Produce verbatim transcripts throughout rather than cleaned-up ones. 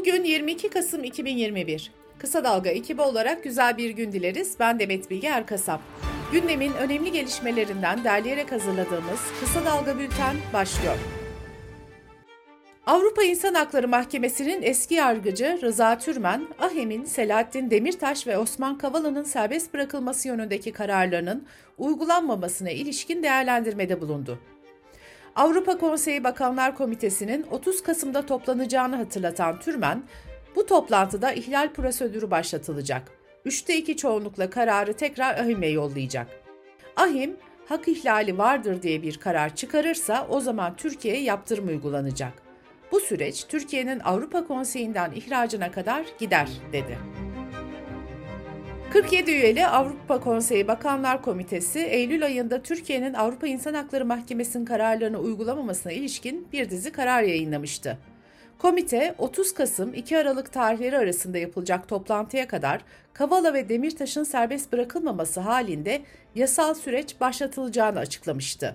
Bugün yirmi iki Kasım iki bin yirmi bir. Kısa Dalga ekibi olarak güzel bir gün dileriz. Ben Demet Bilge Erkasap. Gündemin önemli gelişmelerinden derleyerek hazırladığımız Kısa Dalga Bülten başlıyor. Avrupa İnsan Hakları Mahkemesi'nin eski yargıcı Rıza Türmen, AHİM'in Selahattin Demirtaş ve Osman Kavala'nın serbest bırakılması yönündeki kararlarının uygulanmamasına ilişkin değerlendirmede bulundu. Avrupa Konseyi Bakanlar Komitesi'nin otuz Kasım'da toplanacağını hatırlatan Türmen, bu toplantıda ihlal prosedürü başlatılacak. Üçte iki çoğunlukla kararı tekrar AHİM'e yollayacak. AHİM, hak ihlali vardır diye bir karar çıkarırsa o zaman Türkiye'ye yaptırım uygulanacak. Bu süreç Türkiye'nin Avrupa Konseyi'nden ihracına kadar gider, dedi. kırk yedi üyeli Avrupa Konseyi Bakanlar Komitesi, Eylül ayında Türkiye'nin Avrupa İnsan Hakları Mahkemesi'nin kararlarını uygulamamasına ilişkin bir dizi karar yayınlamıştı. Komite, otuz Kasım iki Aralık tarihleri arasında yapılacak toplantıya kadar Kavala ve Demirtaş'ın serbest bırakılmaması halinde yasal süreç başlatılacağını açıklamıştı.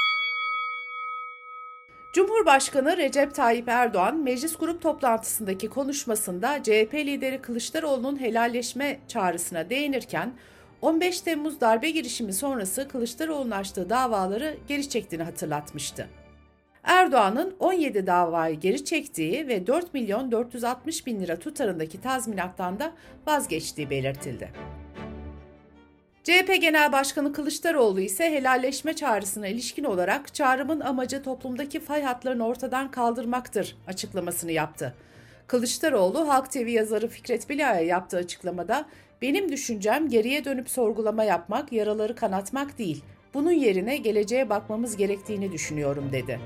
Cumhurbaşkanı Recep Tayyip Erdoğan, meclis grup toplantısındaki konuşmasında C H P lideri Kılıçdaroğlu'nun helalleşme çağrısına değinirken, on beş Temmuz darbe girişimi sonrası Kılıçdaroğlu'nun açtığı davaları geri çektiğini hatırlatmıştı. Erdoğan'ın on yedi davayı geri çektiği ve dört milyon dört yüz altmış bin lira tutarındaki tazminattan da vazgeçtiği belirtildi. C H P Genel Başkanı Kılıçdaroğlu ise helalleşme çağrısına ilişkin olarak çağrımın amacı toplumdaki fay hatlarını ortadan kaldırmaktır açıklamasını yaptı. Kılıçdaroğlu, Halk T V yazarı Fikret Bilay'a yaptığı açıklamada, benim düşüncem geriye dönüp sorgulama yapmak, yaraları kanatmak değil, bunun yerine geleceğe bakmamız gerektiğini düşünüyorum, dedi.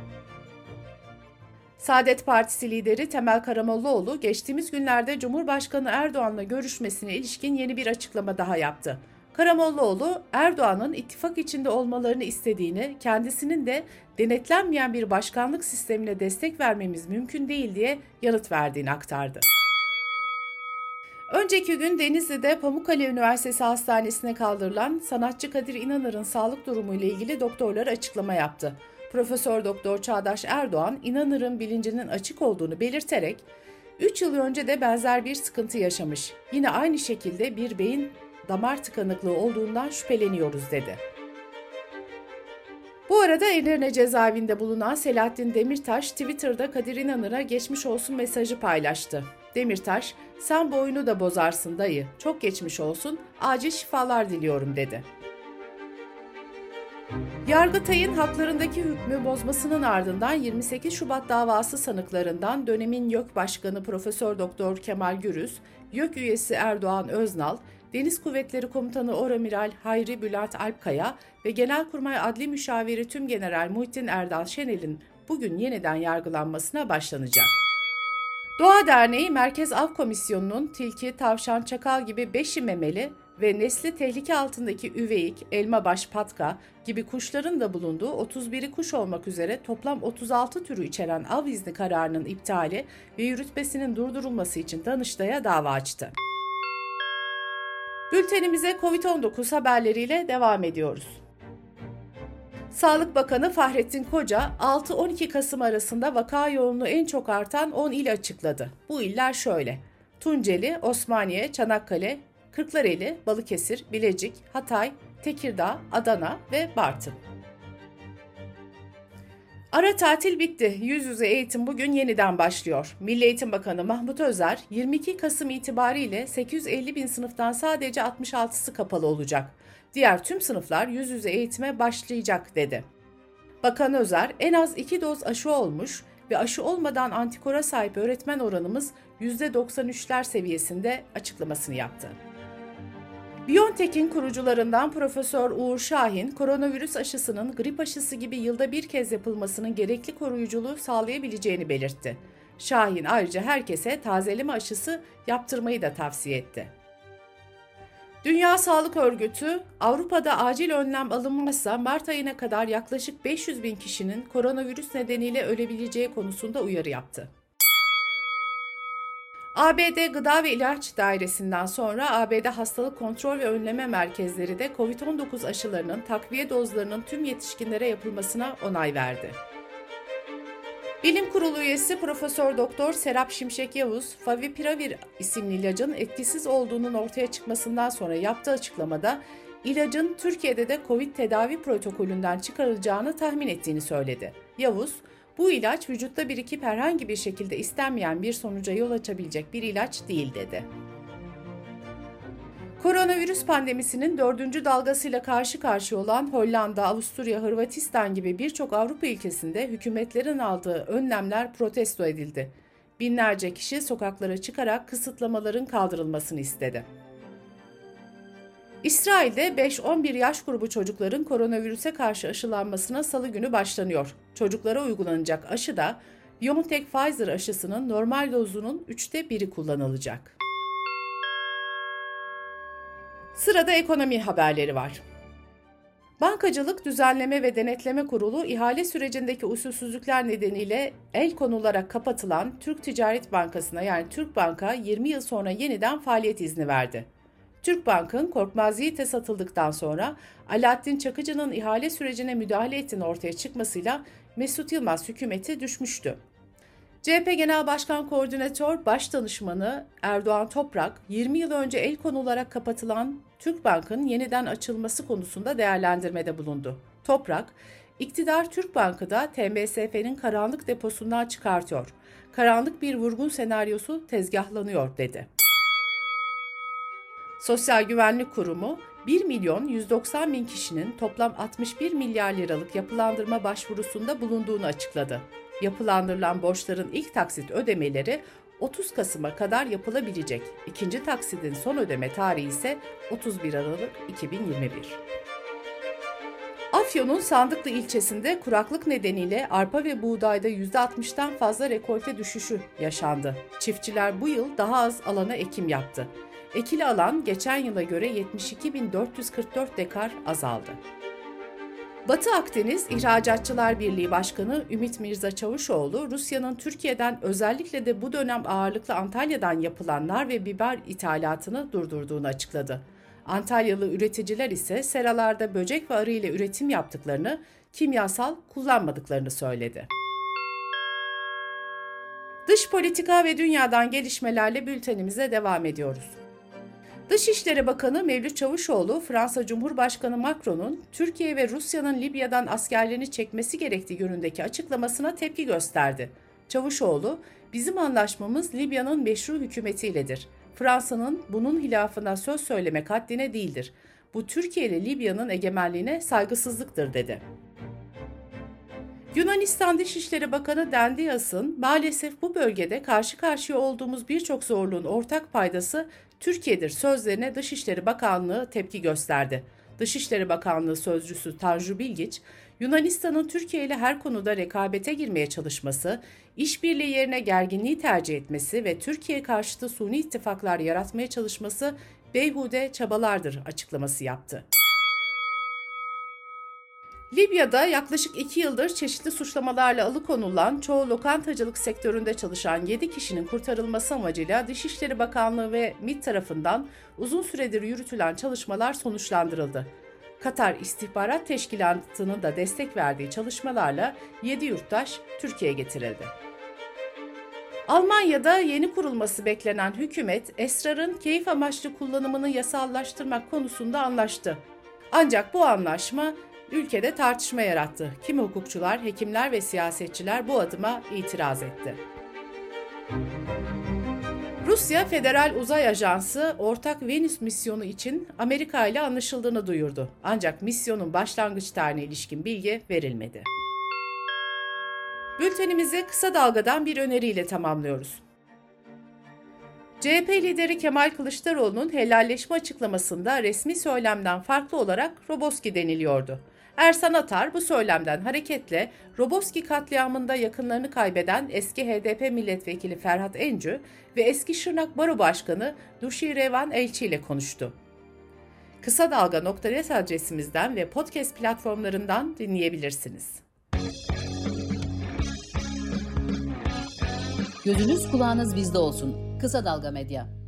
Saadet Partisi lideri Temel Karamollaoğlu, geçtiğimiz günlerde Cumhurbaşkanı Erdoğan'la görüşmesine ilişkin yeni bir açıklama daha yaptı. Karamollaoğlu, Erdoğan'ın ittifak içinde olmalarını istediğini, kendisinin de denetlenmeyen bir başkanlık sistemine destek vermemiz mümkün değil diye yanıt verdiğini aktardı. Önceki gün Denizli'de Pamukkale Üniversitesi Hastanesi'ne kaldırılan sanatçı Kadir İnanır'ın sağlık durumuyla ilgili doktorlar açıklama yaptı. Profesör Doktor Çağdaş Erdoğan, İnanır'ın bilincinin açık olduğunu belirterek, üç yıl önce de benzer bir sıkıntı yaşamış. Yine aynı şekilde bir beyin damar tıkanıklığı olduğundan şüpheleniyoruz, dedi. Bu arada Edirne cezaevinde bulunan Selahattin Demirtaş, Twitter'da Kadir İnanır'a geçmiş olsun mesajı paylaştı. Demirtaş, sen bu oyunu da bozarsın dayı, çok geçmiş olsun, acil şifalar diliyorum, dedi. Yargıtay'ın haklarındaki hükmü bozmasının ardından yirmi sekiz Şubat davası sanıklarından dönemin YÖK Başkanı Profesör Doktor Kemal Gürüz, YÖK üyesi Erdoğan Öznal, Deniz Kuvvetleri Komutanı Oramiral Hayri Bülent Alpkaya ve Genelkurmay Adli Müşaviri Tümgeneral Muhittin Erdal Şenel'in bugün yeniden yargılanmasına başlanacak. Doğa Derneği Merkez Av Komisyonu'nun tilki, tavşan, çakal gibi beşi memeli ve nesli tehlike altındaki üveyik, elmabaş, patka gibi kuşların da bulunduğu otuz biri kuş olmak üzere toplam otuz altı türü içeren av izni kararının iptali ve yürütmesinin durdurulması için Danıştay'a dava açtı. Bültenimize kovid on dokuz haberleriyle devam ediyoruz. Sağlık Bakanı Fahrettin Koca, altı on iki Kasım arasında vaka yoğunluğu en çok artan on il açıkladı. Bu iller şöyle: Tunceli, Osmaniye, Çanakkale, Kırklareli, Balıkesir, Bilecik, Hatay, Tekirdağ, Adana ve Bartın. Ara tatil bitti. Yüz yüze eğitim bugün yeniden başlıyor. Milli Eğitim Bakanı Mahmut Özer, yirmi iki Kasım itibariyle sekiz yüz elli bin sınıftan sadece altmış altısı kapalı olacak. Diğer tüm sınıflar yüz yüze eğitime başlayacak, dedi. Bakan Özer, en az iki doz aşı olmuş ve aşı olmadan antikora sahip öğretmen oranımız yüzde doksan üçler seviyesinde açıklamasını yaptı. BioNTech'in kurucularından Profesör Uğur Şahin, koronavirüs aşısının grip aşısı gibi yılda bir kez yapılmasının gerekli koruyuculuğu sağlayabileceğini belirtti. Şahin ayrıca herkese tazeleme aşısı yaptırmayı da tavsiye etti. Dünya Sağlık Örgütü, Avrupa'da acil önlem alınmazsa Mart ayına kadar yaklaşık beş yüz bin kişinin koronavirüs nedeniyle ölebileceği konusunda uyarı yaptı. A B D Gıda ve İlaç Dairesi'nden sonra A B D Hastalık Kontrol ve Önleme Merkezleri de kovid on dokuz aşılarının takviye dozlarının tüm yetişkinlere yapılmasına onay verdi. Bilim Kurulu üyesi Profesör Doktor Serap Şimşek Yavuz, Favipiravir isimli ilacın etkisiz olduğunun ortaya çıkmasından sonra yaptığı açıklamada ilacın Türkiye'de de Covid tedavi protokolünden çıkarılacağını tahmin ettiğini söyledi. Yavuz, bu ilaç vücutta birikip herhangi bir şekilde istenmeyen bir sonuca yol açabilecek bir ilaç değil dedi. Koronavirüs pandemisinin dördüncü dalgasıyla karşı karşıya olan Hollanda, Avusturya, Hırvatistan gibi birçok Avrupa ülkesinde hükümetlerin aldığı önlemler protesto edildi. Binlerce kişi sokaklara çıkarak kısıtlamaların kaldırılmasını istedi. İsrail'de beş on bir yaş grubu çocukların koronavirüse karşı aşılanmasına salı günü başlanıyor. Çocuklara uygulanacak aşı da BioNTech Pfizer aşısının normal dozunun üçte biri kullanılacak. Sırada ekonomi haberleri var. Bankacılık Düzenleme ve Denetleme Kurulu, ihale sürecindeki usulsüzlükler nedeniyle el konularak kapatılan Türk Ticaret Bankası'na yani Türkbank'a yirmi yıl sonra yeniden faaliyet izni verdi. Türkbank'ın Korkmaz Yiğit'e satıldıktan sonra Alaaddin Çakıcı'nın ihale sürecine müdahale ettiğinin ortaya çıkmasıyla Mesut Yılmaz hükümeti düşmüştü. C H P Genel Başkan Koordinatör Başdanışmanı Erdoğan Toprak, yirmi yıl önce el konularak kapatılan Türkbank'ın yeniden açılması konusunda değerlendirmede bulundu. Toprak, iktidar Türkbank'ı da T M S F'nin karanlık deposundan çıkartıyor. Karanlık bir vurgun senaryosu tezgahlanıyor dedi. Sosyal Güvenlik Kurumu, bir milyon yüz doksan bin kişinin toplam altmış bir milyar liralık yapılandırma başvurusunda bulunduğunu açıkladı. Yapılandırılan borçların ilk taksit ödemeleri otuz Kasım'a kadar yapılabilecek. İkinci taksidin son ödeme tarihi ise otuz bir Aralık iki bin yirmi bir. Afyon'un Sandıklı ilçesinde kuraklık nedeniyle arpa ve buğdayda yüzde altmıştan fazla rekolte düşüşü yaşandı. Çiftçiler bu yıl daha az alana ekim yaptı. Ekili alan geçen yıla göre yetmiş iki bin dört yüz kırk dört dekar azaldı. Batı Akdeniz İhracatçılar Birliği Başkanı Ümit Mirza Çavuşoğlu, Rusya'nın Türkiye'den özellikle de bu dönem ağırlıklı Antalya'dan yapılan nar ve biber ithalatını durdurduğunu açıkladı. Antalyalı üreticiler ise seralarda böcek ve arı ile üretim yaptıklarını, kimyasal kullanmadıklarını söyledi. Dış politika ve dünyadan gelişmelerle bültenimize devam ediyoruz. Dışişleri Bakanı Mevlüt Çavuşoğlu, Fransa Cumhurbaşkanı Macron'un Türkiye ve Rusya'nın Libya'dan askerlerini çekmesi gerektiği yönündeki açıklamasına tepki gösterdi. Çavuşoğlu, "Bizim anlaşmamız Libya'nın meşru hükümetiyledir. Fransa'nın bunun hilafına söz söylemek haddine değildir. Bu Türkiye ile Libya'nın egemenliğine saygısızlıktır" dedi. Yunanistan Dışişleri Bakanı Dendias'ın maalesef bu bölgede karşı karşıya olduğumuz birçok zorluğun ortak paydası Türkiye'dir sözlerine Dışişleri Bakanlığı tepki gösterdi. Dışişleri Bakanlığı sözcüsü Tanju Bilgiç, Yunanistan'ın Türkiye ile her konuda rekabete girmeye çalışması, işbirliği yerine gerginliği tercih etmesi ve Türkiye karşıtı suni ittifaklar yaratmaya çalışması beyhude çabalardır açıklaması yaptı. Libya'da yaklaşık iki yıldır çeşitli suçlamalarla alıkonulan, çoğu lokantacılık sektöründe çalışan yedi kişinin kurtarılması amacıyla Dışişleri Bakanlığı ve M İ T tarafından uzun süredir yürütülen çalışmalar sonuçlandırıldı. Katar İstihbarat Teşkilatı'nın da destek verdiği çalışmalarla yedi yurttaş Türkiye'ye getirildi. Almanya'da yeni kurulması beklenen hükümet, esrarın keyif amaçlı kullanımını yasallaştırmak konusunda anlaştı. Ancak bu anlaşma ülkede tartışma yarattı. Kimi hukukçular, hekimler ve siyasetçiler bu adıma itiraz etti. Rusya Federal Uzay Ajansı, ortak Venüs misyonu için Amerika ile anlaşıldığını duyurdu. Ancak misyonun başlangıç tarihine ilişkin bilgi verilmedi. Bültenimizi kısa dalgadan bir öneriyle tamamlıyoruz. C H P lideri Kemal Kılıçdaroğlu'nun helalleşme açıklamasında resmi söylemden farklı olarak Roboski deniliyordu. Ersan Atar bu söylemden hareketle Roboski katliamında yakınlarını kaybeden eski H D P milletvekili Ferhat Encü ve eski Şırnak Baro Başkanı Nuşirevan Elçi ile konuştu. Kısa Dalga nokta net adresimizden ve podcast platformlarından dinleyebilirsiniz. Gözünüz kulağınız bizde olsun. Kısa Dalga Medya.